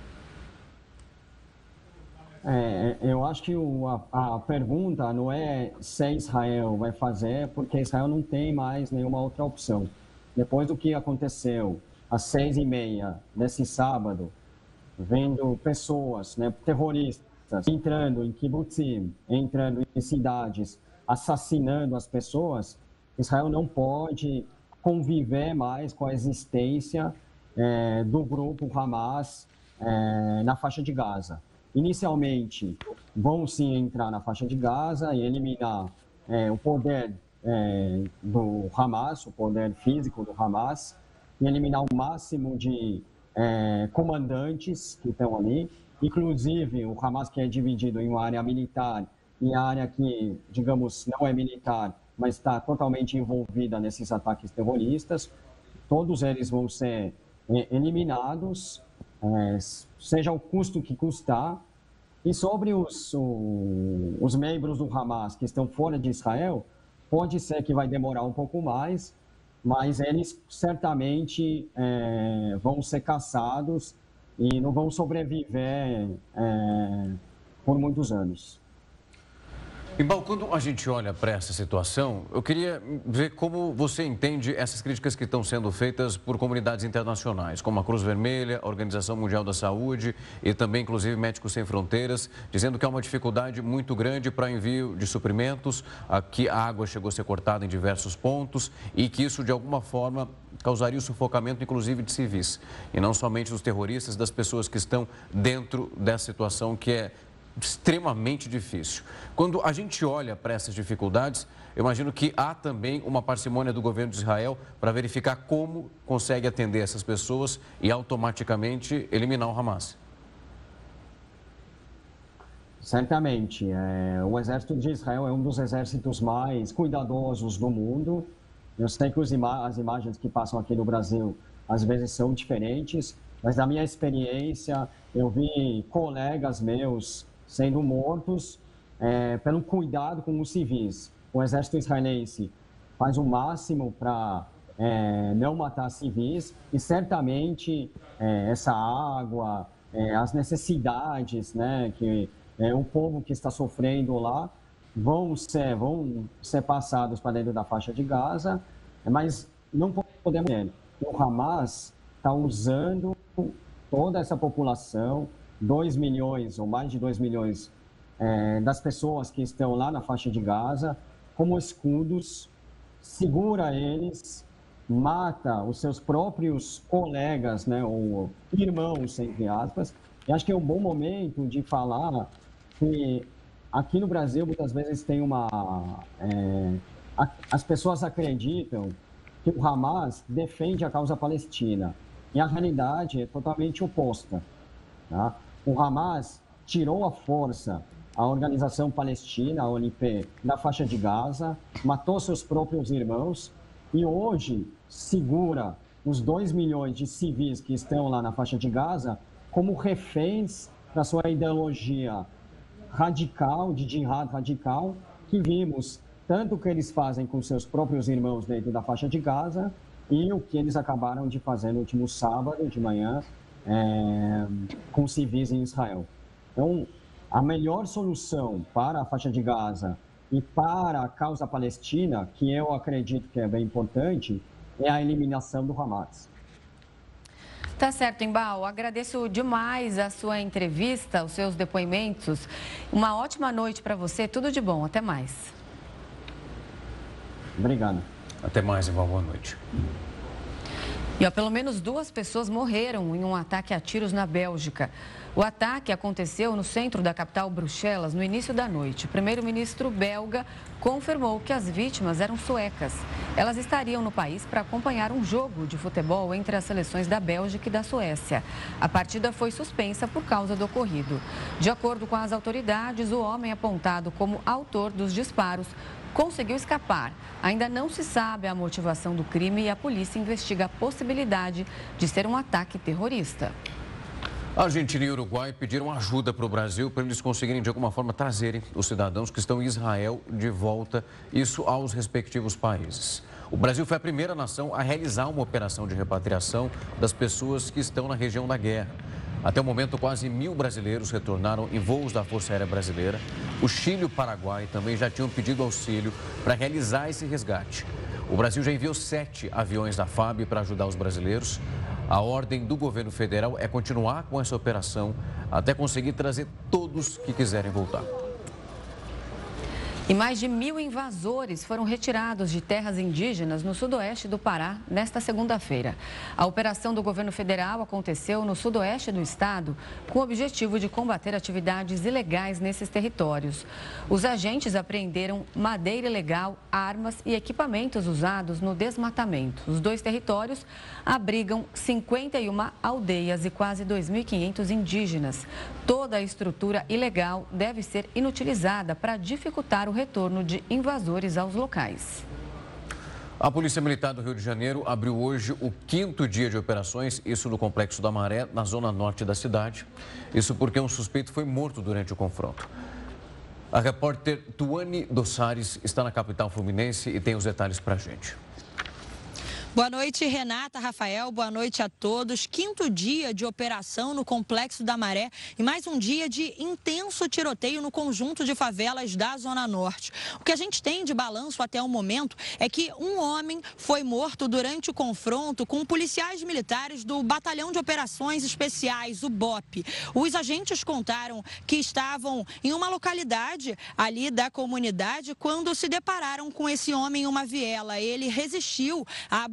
É, eu acho que o, a, a pergunta não é se Israel vai fazer, porque Israel não tem mais nenhuma outra opção. Depois do que aconteceu às seis e meia desse sábado, vendo pessoas, né, terroristas, entrando em kibbutzim, entrando em cidades, assassinando as pessoas, Israel não pode conviver mais com a existência é, do grupo Hamas é, na faixa de Gaza. Inicialmente, vão sim entrar na faixa de Gaza e eliminar é, o poder é, do Hamas, o poder físico do Hamas, e eliminar o máximo de é, comandantes que estão ali, inclusive o Hamas, que é dividido em uma área militar e a área que, digamos, não é militar, mas está totalmente envolvida nesses ataques terroristas. Todos eles vão ser é, eliminados, é, seja o custo que custar. E sobre os, o, os membros do Hamas que estão fora de Israel, pode ser que vai demorar um pouco mais, mas eles certamente é, vão ser caçados e não vão sobreviver é, por muitos anos. Imbal, quando a gente olha para essa situação, eu queria ver como você entende essas críticas que estão sendo feitas por comunidades internacionais, como a Cruz Vermelha, a Organização Mundial da Saúde e também, inclusive, Médicos Sem Fronteiras, dizendo que há uma dificuldade muito grande para envio de suprimentos, que a água chegou a ser cortada em diversos pontos e que isso, de alguma forma, causaria o sufocamento, inclusive, de civis, e não somente dos terroristas, das pessoas que estão dentro dessa situação que é extremamente difícil. Quando a gente olha para essas dificuldades, eu imagino que há também uma parcimônia do governo de Israel para verificar como consegue atender essas pessoas e automaticamente eliminar o Hamas. Certamente. É, o exército de Israel é um dos exércitos mais cuidadosos do mundo. Eu sei que os ima- as imagens que passam aqui no Brasil às vezes são diferentes, mas na minha experiência eu vi colegas meus sendo mortos é, pelo cuidado com os civis. O exército israelense faz o máximo para é, não matar civis e certamente é, essa água, é, as necessidades, né, que é, o povo que está sofrendo lá vão ser, vão ser passados para dentro da faixa de Gaza, mas não podemos ver. O Hamas está usando toda essa população, dois milhões ou mais de dois milhões é, das pessoas que estão lá na faixa de Gaza, como escudos, segura eles, mata os seus próprios colegas, né, ou irmãos, entre aspas. E acho que é um bom momento de falar que aqui no Brasil muitas vezes tem uma... É, a, as pessoas acreditam que o Hamas defende a causa palestina. E a realidade é totalmente oposta. Tá? O Hamas tirou à força a organização palestina, a O L P, da faixa de Gaza, matou seus próprios irmãos e hoje segura os dois milhões de civis que estão lá na faixa de Gaza como reféns da sua ideologia radical, de jihad radical, que vimos tanto o que eles fazem com seus próprios irmãos dentro da faixa de Gaza e o que eles acabaram de fazer no último sábado de manhã é, com civis em Israel. Então, a melhor solução para a faixa de Gaza e para a causa palestina, que eu acredito que é bem importante, é a eliminação do Hamas. Tá certo, Embal. Agradeço demais a sua entrevista, os seus depoimentos. Uma ótima noite para você. Tudo de bom. Até mais. Obrigado. Até mais, Embal. Boa noite. E ó, pelo menos duas pessoas morreram em um ataque a tiros na Bélgica. O ataque aconteceu no centro da capital, Bruxelas, no início da noite. O primeiro-ministro belga confirmou que as vítimas eram suecas. Elas estariam no país para acompanhar um jogo de futebol entre as seleções da Bélgica e da Suécia. A partida foi suspensa por causa do ocorrido. De acordo com as autoridades, o homem apontado como autor dos disparos conseguiu escapar. Ainda não se sabe a motivação do crime e a polícia investiga a possibilidade de ser um ataque terrorista. A Argentina e o Uruguai pediram ajuda para o Brasil para eles conseguirem, de alguma forma, trazerem os cidadãos que estão em Israel de volta, isso aos respectivos países. O Brasil foi a primeira nação a realizar uma operação de repatriação das pessoas que estão na região da guerra. Até o momento, quase mil brasileiros retornaram em voos da Força Aérea Brasileira. O Chile e o Paraguai também já tinham pedido auxílio para realizar esse resgate. O Brasil já enviou sete aviões da F A B para ajudar os brasileiros. A ordem do governo federal é continuar com essa operação até conseguir trazer todos que quiserem voltar. E mais de mil invasores foram retirados de terras indígenas no sudoeste do Pará nesta segunda-feira. A operação do governo federal aconteceu no sudoeste do estado com o objetivo de combater atividades ilegais nesses territórios. Os agentes apreenderam madeira ilegal, armas e equipamentos usados no desmatamento. Os dois territórios abrigam cinquenta e uma aldeias e quase dois mil e quinhentos indígenas. Toda a estrutura ilegal deve ser inutilizada para dificultar o retorno de invasores aos locais. A Polícia Militar do Rio de Janeiro abriu hoje o quinto dia de operações, isso no Complexo da Maré, na zona norte da cidade. Isso porque um suspeito foi morto durante o confronto. A repórter Tuane Dossares está na capital fluminense e tem os detalhes para a gente. Boa noite, Renata, Rafael, boa noite a todos. Quinto dia de operação no Complexo da Maré e mais um dia de intenso tiroteio no conjunto de favelas da Zona Norte. O que a gente tem de balanço até o momento é que um homem foi morto durante o confronto com policiais militares do Batalhão de Operações Especiais, o B O P. Os agentes contaram que estavam em uma localidade ali da comunidade quando se depararam com esse homem em uma viela. Ele resistiu à abordagem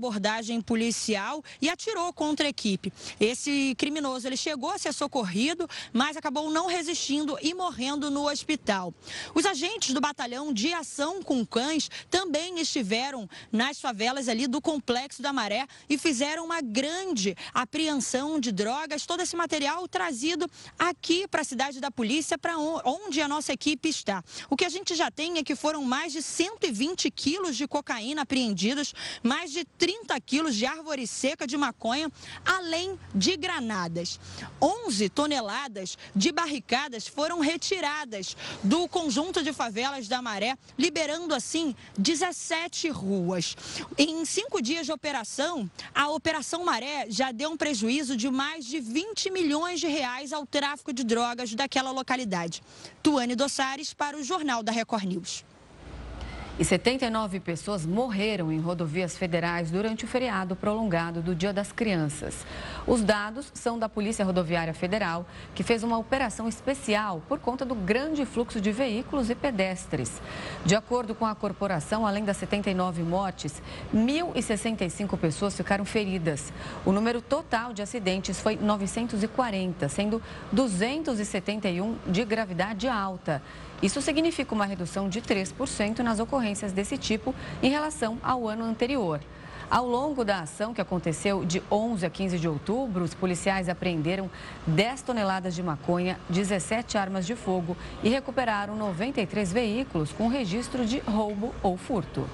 abordagem policial e atirou contra a equipe. Esse criminoso ele chegou a ser socorrido, mas acabou não resistindo e morrendo no hospital. Os agentes do batalhão de ação com cães também estiveram nas favelas ali do Complexo da Maré e fizeram uma grande apreensão de drogas, todo esse material trazido aqui para a cidade da polícia, para onde a nossa equipe está. O que a gente já tem é que foram mais de cento e vinte quilos de cocaína apreendidos, mais de trinta quilos de árvore seca de maconha, além de granadas. onze toneladas de barricadas foram retiradas do conjunto de favelas da Maré, liberando assim dezessete ruas. Em cinco dias de operação, a Operação Maré já deu um prejuízo de mais de vinte milhões de reais ao tráfico de drogas daquela localidade. Tuane Dossares para o Jornal da Record News. E setenta e nove pessoas morreram em rodovias federais durante o feriado prolongado do Dia das Crianças. Os dados são da Polícia Rodoviária Federal, que fez uma operação especial por conta do grande fluxo de veículos e pedestres. De acordo com a corporação, além das setenta e nove mortes, mil e sessenta e cinco pessoas ficaram feridas. O número total de acidentes foi novecentos e quarenta, sendo duzentos e setenta e um de gravidade alta. Isso significa uma redução de três por cento nas ocorrências desse tipo em relação ao ano anterior. Ao longo da ação, que aconteceu de onze a quinze de outubro, os policiais apreenderam dez toneladas de maconha, dezessete armas de fogo e recuperaram noventa e três veículos com registro de roubo ou furto.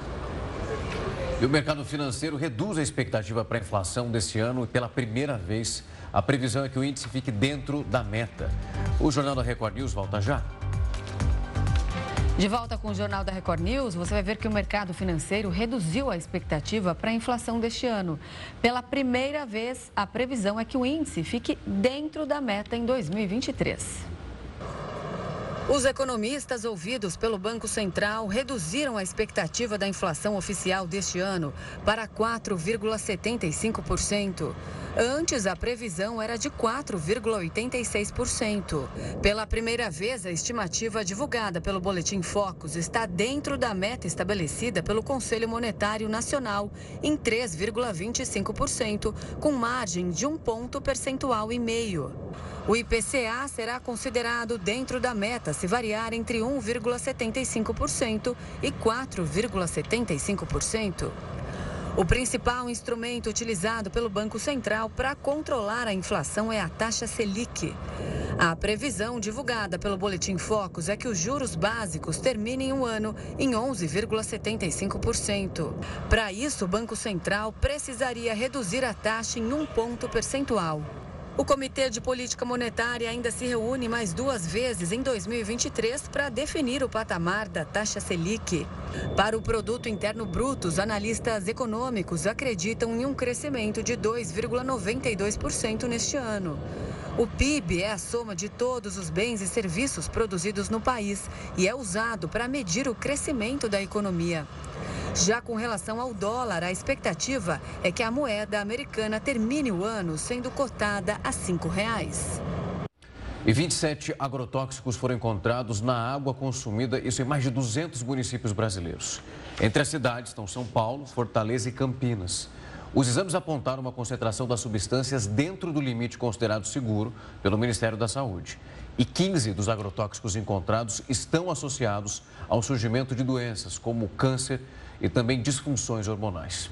E o mercado financeiro reduz a expectativa para a inflação desse ano e pela primeira vez a previsão é que o índice fique dentro da meta. O Jornal da Record News volta já. De volta com o Jornal da Record News, você vai ver que o mercado financeiro reduziu a expectativa para a inflação deste ano. Pela primeira vez, a previsão é que o índice fique dentro da meta em dois mil e vinte e três. Os economistas ouvidos pelo Banco Central reduziram a expectativa da inflação oficial deste ano para quatro vírgula setenta e cinco por cento. Antes, a previsão era de quatro vírgula oitenta e seis por cento. Pela primeira vez, a estimativa divulgada pelo Boletim Focus está dentro da meta estabelecida pelo Conselho Monetário Nacional, em três vírgula vinte e cinco por cento, com margem de um ponto percentual e meio. O I P C A será considerado dentro da meta se variar entre um vírgula setenta e cinco por cento e quatro vírgula setenta e cinco por cento. O principal instrumento utilizado pelo Banco Central para controlar a inflação é a taxa Selic. A previsão divulgada pelo Boletim Focus é que os juros básicos terminem o ano em onze vírgula setenta e cinco por cento. Para isso, o Banco Central precisaria reduzir a taxa em um ponto percentual. O Comitê de Política Monetária ainda se reúne mais duas vezes em dois mil e vinte e três para definir o patamar da taxa Selic. Para o Produto Interno Bruto, os analistas econômicos acreditam em um crescimento de dois vírgula noventa e dois por cento neste ano. O P I B é a soma de todos os bens e serviços produzidos no país e é usado para medir o crescimento da economia. Já com relação ao dólar, a expectativa é que a moeda americana termine o ano sendo cotada a cinco reais. E vinte e sete agrotóxicos foram encontrados na água consumida, isso em mais de duzentos municípios brasileiros. Entre as cidades estão São Paulo, Fortaleza e Campinas. Os exames apontaram uma concentração das substâncias dentro do limite considerado seguro pelo Ministério da Saúde. E quinze dos agrotóxicos encontrados estão associados ao surgimento de doenças como câncer e também disfunções hormonais.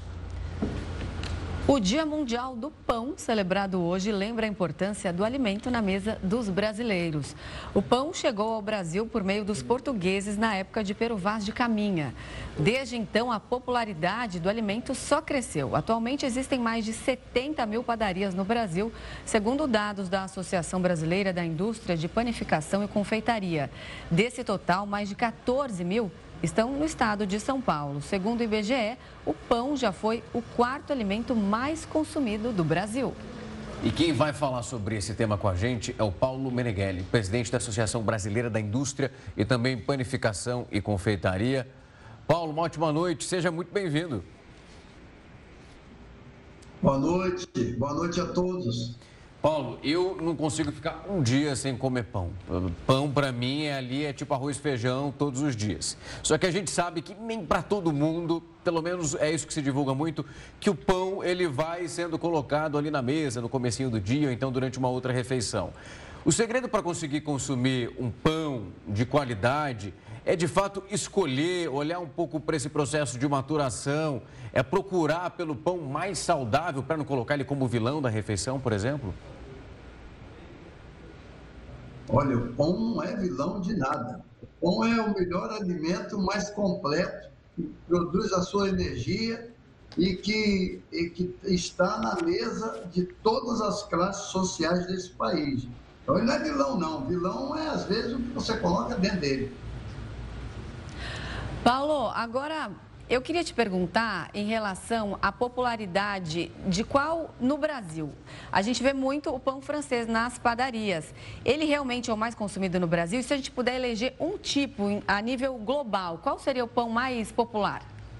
O Dia Mundial do Pão, celebrado hoje, lembra a importância do alimento na mesa dos brasileiros. O pão chegou ao Brasil por meio dos portugueses na época de Pero Vaz de Caminha. Desde então, a popularidade do alimento só cresceu. Atualmente, existem mais de setenta mil padarias no Brasil, segundo dados da Associação Brasileira da Indústria de Panificação e Confeitaria. Desse total, mais de quatorze mil estão no estado de São Paulo. Segundo o I B G E, o pão já foi o quarto alimento mais consumido do Brasil. E quem vai falar sobre esse tema com a gente é o Paulo Meneghelli, presidente da Associação Brasileira da Indústria e também Panificação e Confeitaria. Paulo, uma ótima noite, seja muito bem-vindo. Boa noite, boa noite a todos. Paulo, eu não consigo ficar um dia sem comer pão. Pão, para mim, é ali, é tipo arroz e feijão todos os dias. Só que a gente sabe que nem para todo mundo, pelo menos é isso que se divulga muito, que o pão, ele vai sendo colocado ali na mesa, no comecinho do dia, ou então durante uma outra refeição. O segredo para conseguir consumir um pão de qualidade é, de fato, escolher, olhar um pouco para esse processo de maturação, é procurar pelo pão mais saudável para não colocar ele como vilão da refeição, por exemplo? Olha, o pão não é vilão de nada. O pão é o melhor alimento mais completo, que produz a sua energia e que, e que está na mesa de todas as classes sociais desse país. Então, ele não é vilão, não. Vilão é, às vezes, o que você coloca dentro dele. Paulo, agora eu queria te perguntar em relação à popularidade de qual no Brasil. A gente vê muito o pão francês nas padarias. Ele realmente é o mais consumido no Brasil? E se a gente puder eleger um tipo a nível global, qual seria o pão mais popular?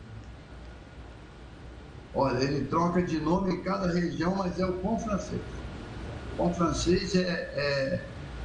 Olha, ele troca de nome em cada região, mas é o pão francês. O pão francês é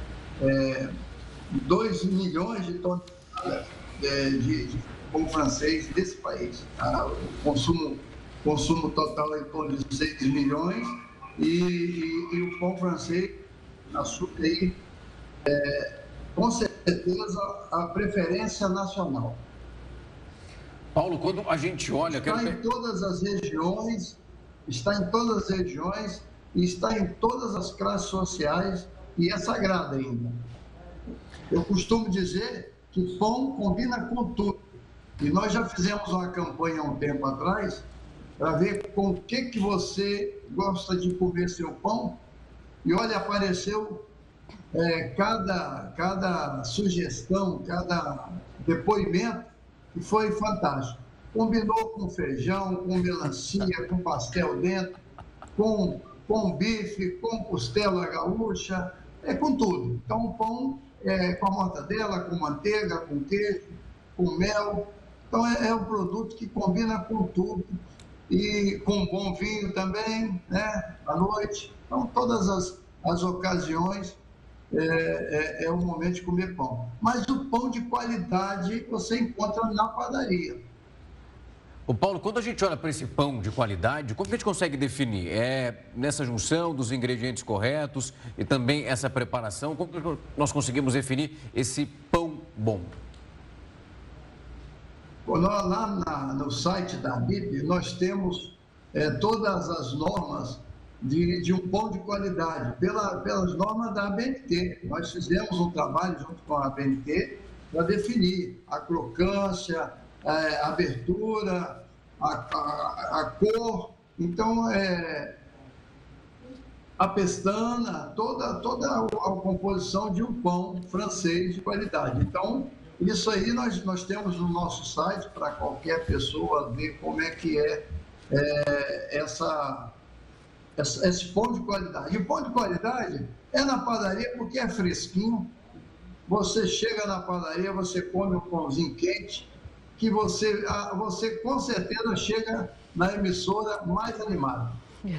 dois milhões de toneladas de, de, de pão francês desse país. Tá? O consumo, consumo total é em torno de seis milhões e, e, e o pão francês, na sua aí, é, com certeza, a preferência nacional. Paulo, quando a gente olha... Está quero... em todas as regiões, está em todas as regiões e está em todas as classes sociais e é sagrado ainda. Eu costumo dizer que pão combina com tudo. E nós já fizemos uma campanha há um tempo atrás para ver com o que, que você gosta de comer seu pão. E olha, apareceu é, cada, cada sugestão, cada depoimento que foi fantástico. Combinou com feijão, com melancia, com pastel dentro, com, com bife, com costela gaúcha, é com tudo. Então, o pão é com a mortadela, com manteiga, com queijo, com mel. Então, é, é um produto que combina com tudo. E com um bom vinho também, né, à noite. Então, todas as, as ocasiões é, é, é o momento de comer pão. Mas o pão de qualidade você encontra na padaria. Ô Paulo, quando a gente olha para esse pão de qualidade, como que a gente consegue definir? É nessa junção dos ingredientes corretos e também essa preparação? Como que nós conseguimos definir esse pão bom? Lá na, no site da A B I P, nós temos é, todas as normas de, de um pão de qualidade, pela, pelas normas da A B N T. Nós fizemos um trabalho junto com a A B N T para definir a crocância, a abertura, a, a, a cor. Então, é, a pestana, toda, toda a, a composição de um pão francês de qualidade. Então, isso aí nós, nós temos no nosso site para qualquer pessoa ver como é que é, é essa, essa, esse pão de qualidade. E o pão de qualidade é na padaria porque é fresquinho. Você chega na padaria, você come um pãozinho quente, que você, você com certeza chega na emissora mais animada.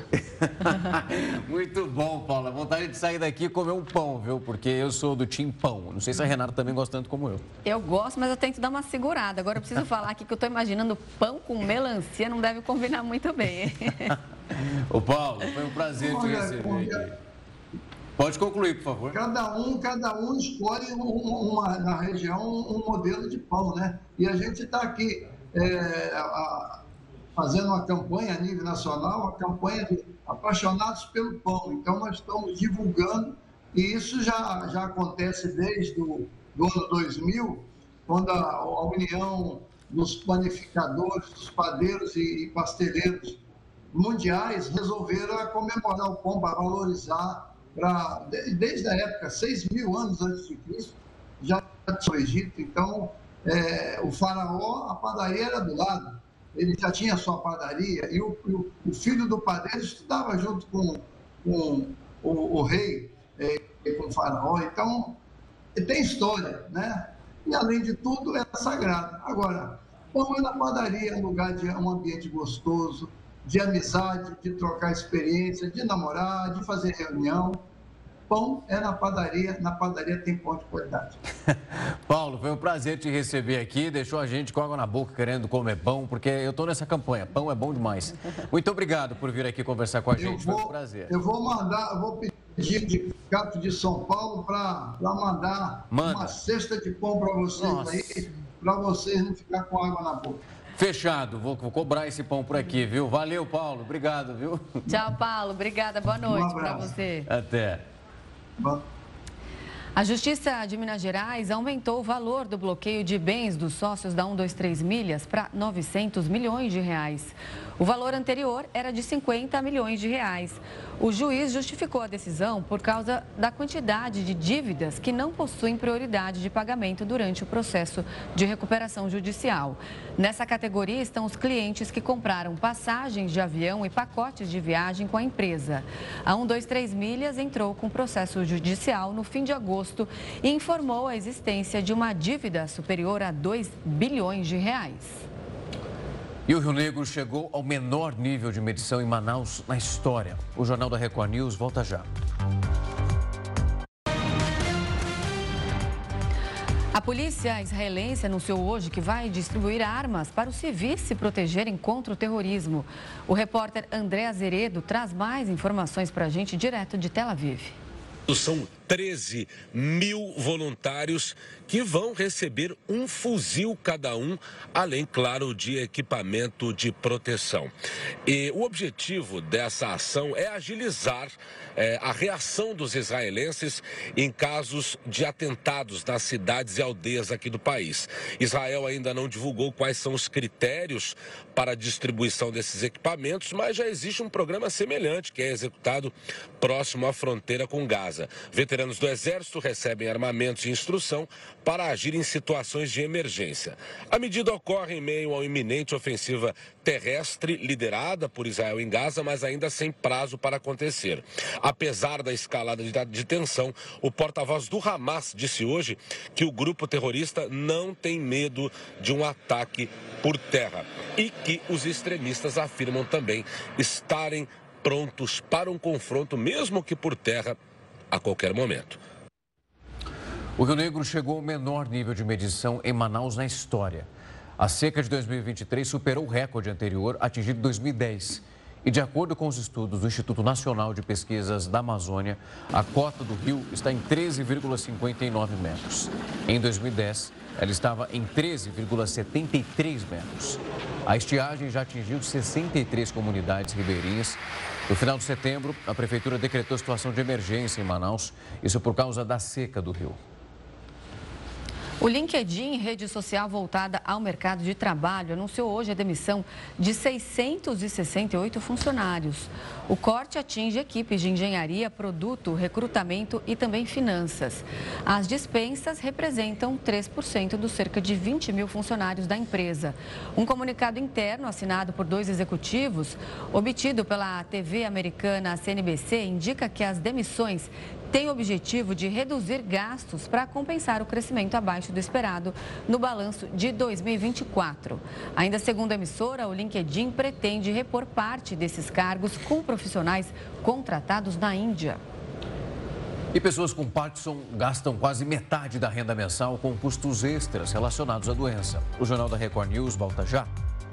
Muito bom, Paula. Vontade de sair daqui e comer um pão, viu? Porque eu sou do time pão. Não sei se a Renata também gosta tanto como eu. Eu gosto, mas eu tento dar uma segurada. Agora eu preciso falar aqui que eu estou imaginando pão com melancia, não deve combinar muito bem. Ô Paulo, foi um prazer te receber. Pode concluir, por favor. Cada um, cada um escolhe uma, na região um modelo de pão, né? E a gente está aqui é, a, fazendo uma campanha a nível nacional, uma campanha de apaixonados pelo pão. Então, nós estamos divulgando, e isso já, já acontece desde o do ano dois mil, quando a, a união dos panificadores, dos padeiros e, e pasteleiros mundiais resolveram comemorar o pão para valorizar. Pra, desde a época, seis mil anos antes de Cristo, já tinha o Egito. Então, é, o faraó, a padaria era do lado. Ele já tinha sua padaria e o, o, o filho do padeiro estudava junto com, com o, o rei, é, com o faraó. Então, tem história, né? E, além de tudo, é sagrado. Agora, pão é na padaria, é um lugar de um ambiente gostoso, de amizade, de trocar experiência, de namorar, de fazer reunião. Pão é na padaria, na padaria tem pão de qualidade. Paulo, foi um prazer te receber aqui, deixou a gente com água na boca querendo comer pão, porque eu estou nessa campanha, pão é bom demais. Muito obrigado por vir aqui conversar com a gente, vou, foi um prazer. Eu vou mandar, eu vou pedir de Cato de São Paulo para mandar Manda. uma cesta de pão para vocês Nossa. aí, para vocês não ficar com água na boca. Fechado, vou, vou cobrar esse pão por aqui, viu? Valeu, Paulo, obrigado, viu? Tchau, Paulo, obrigada, boa noite um para você. Até. Bom. A Justiça de Minas Gerais aumentou o valor do bloqueio de bens dos sócios da um dois três Milhas para novecentos milhões de reais. O valor anterior era de cinquenta milhões de reais. O juiz justificou a decisão por causa da quantidade de dívidas que não possuem prioridade de pagamento durante o processo de recuperação judicial. Nessa categoria estão os clientes que compraram passagens de avião e pacotes de viagem com a empresa. A um dois três Milhas entrou com processo judicial no fim de agosto e informou a existência de uma dívida superior a dois bilhões de reais. E o Rio Negro chegou ao menor nível de medição em Manaus na história. O Jornal da Record News volta já. A polícia israelense anunciou hoje que vai distribuir armas para os civis se protegerem contra o terrorismo. O repórter André Azeredo traz mais informações para a gente direto de Tel Aviv. São treze mil voluntários que vão receber um fuzil cada um, além, claro, de equipamento de proteção. E o objetivo dessa ação é agilizar é, a reação dos israelenses em casos de atentados nas cidades e aldeias aqui do país. Israel ainda não divulgou quais são os critérios para a distribuição desses equipamentos, mas já existe um programa semelhante que é executado próximo à fronteira com Gaza. Veteranos do Exército recebem armamentos e instrução para agir em situações de emergência. A medida ocorre em meio a uma iminente ofensiva terrestre liderada por Israel em Gaza, mas ainda sem prazo para acontecer. Apesar da escalada de tensão, o porta-voz do Hamas disse hoje que o grupo terrorista não tem medo de um ataque por terra e que os extremistas afirmam também estarem prontos para um confronto, mesmo que por terra, a qualquer momento. O Rio Negro chegou ao menor nível de medição em Manaus na história. A seca de dois mil e vinte e três superou o recorde anterior atingido em dois mil e dez. E de acordo com os estudos do Instituto Nacional de Pesquisas da Amazônia, a cota do rio está em treze vírgula cinquenta e nove metros. Em dois mil e dez, ela estava em treze vírgula setenta e três metros. A estiagem já atingiu sessenta e três comunidades ribeirinhas. No final de setembro, a Prefeitura decretou situação de emergência em Manaus, isso por causa da seca do rio. O LinkedIn, rede social voltada ao mercado de trabalho, anunciou hoje a demissão de seiscentos e sessenta e oito funcionários. O corte atinge equipes de engenharia, produto, recrutamento e também finanças. As dispensas representam três por cento dos cerca de vinte mil funcionários da empresa. Um comunicado interno assinado por dois executivos, obtido pela T V americana C N B C, indica que as demissões tem o objetivo de reduzir gastos para compensar o crescimento abaixo do esperado no balanço de dois mil e vinte e quatro. Ainda segundo a emissora, o LinkedIn pretende repor parte desses cargos com profissionais contratados na Índia. E pessoas com Parkinson gastam quase metade da renda mensal com custos extras relacionados à doença. O Jornal da Record News volta já.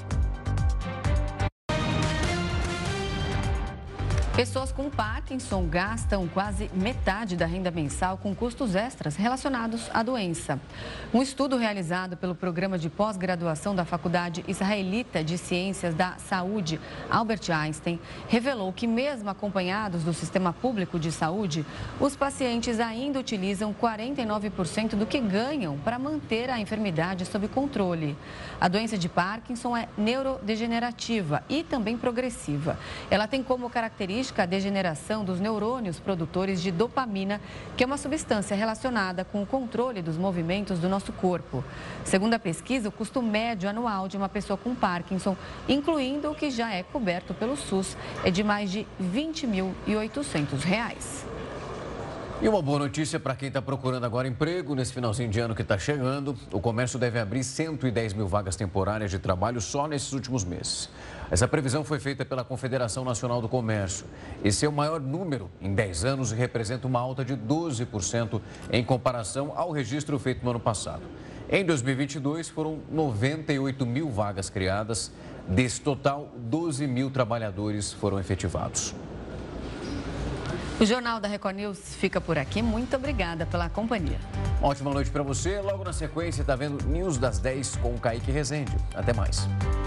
Pessoas com Parkinson gastam quase metade da renda mensal com custos extras relacionados à doença. Um estudo realizado pelo Programa de Pós-Graduação da Faculdade Israelita de Ciências da Saúde, Albert Einstein, revelou que mesmo acompanhados do sistema público de saúde, os pacientes ainda utilizam quarenta e nove por cento do que ganham para manter a enfermidade sob controle. A doença de Parkinson é neurodegenerativa e também progressiva. Ela tem como característica a degeneração dos neurônios produtores de dopamina, que é uma substância relacionada com o controle dos movimentos do nosso corpo. Segundo a pesquisa, o custo médio anual de uma pessoa com Parkinson, incluindo o que já é coberto pelo SUS, é de mais de vinte mil e oitocentos reais. E uma boa notícia para quem está procurando agora emprego nesse finalzinho de ano que está chegando. O comércio deve abrir cento e dez mil vagas temporárias de trabalho só nesses últimos meses. Essa previsão foi feita pela Confederação Nacional do Comércio. Esse é o maior número em dez anos e representa uma alta de doze por cento em comparação ao registro feito no ano passado. Em dois mil e vinte e dois, foram noventa e oito mil vagas criadas. Desse total, doze mil trabalhadores foram efetivados. O Jornal da Record News fica por aqui. Muito obrigada pela companhia. Ótima noite para você. Logo na sequência, está vendo News das dez com o Kaique Rezende. Até mais.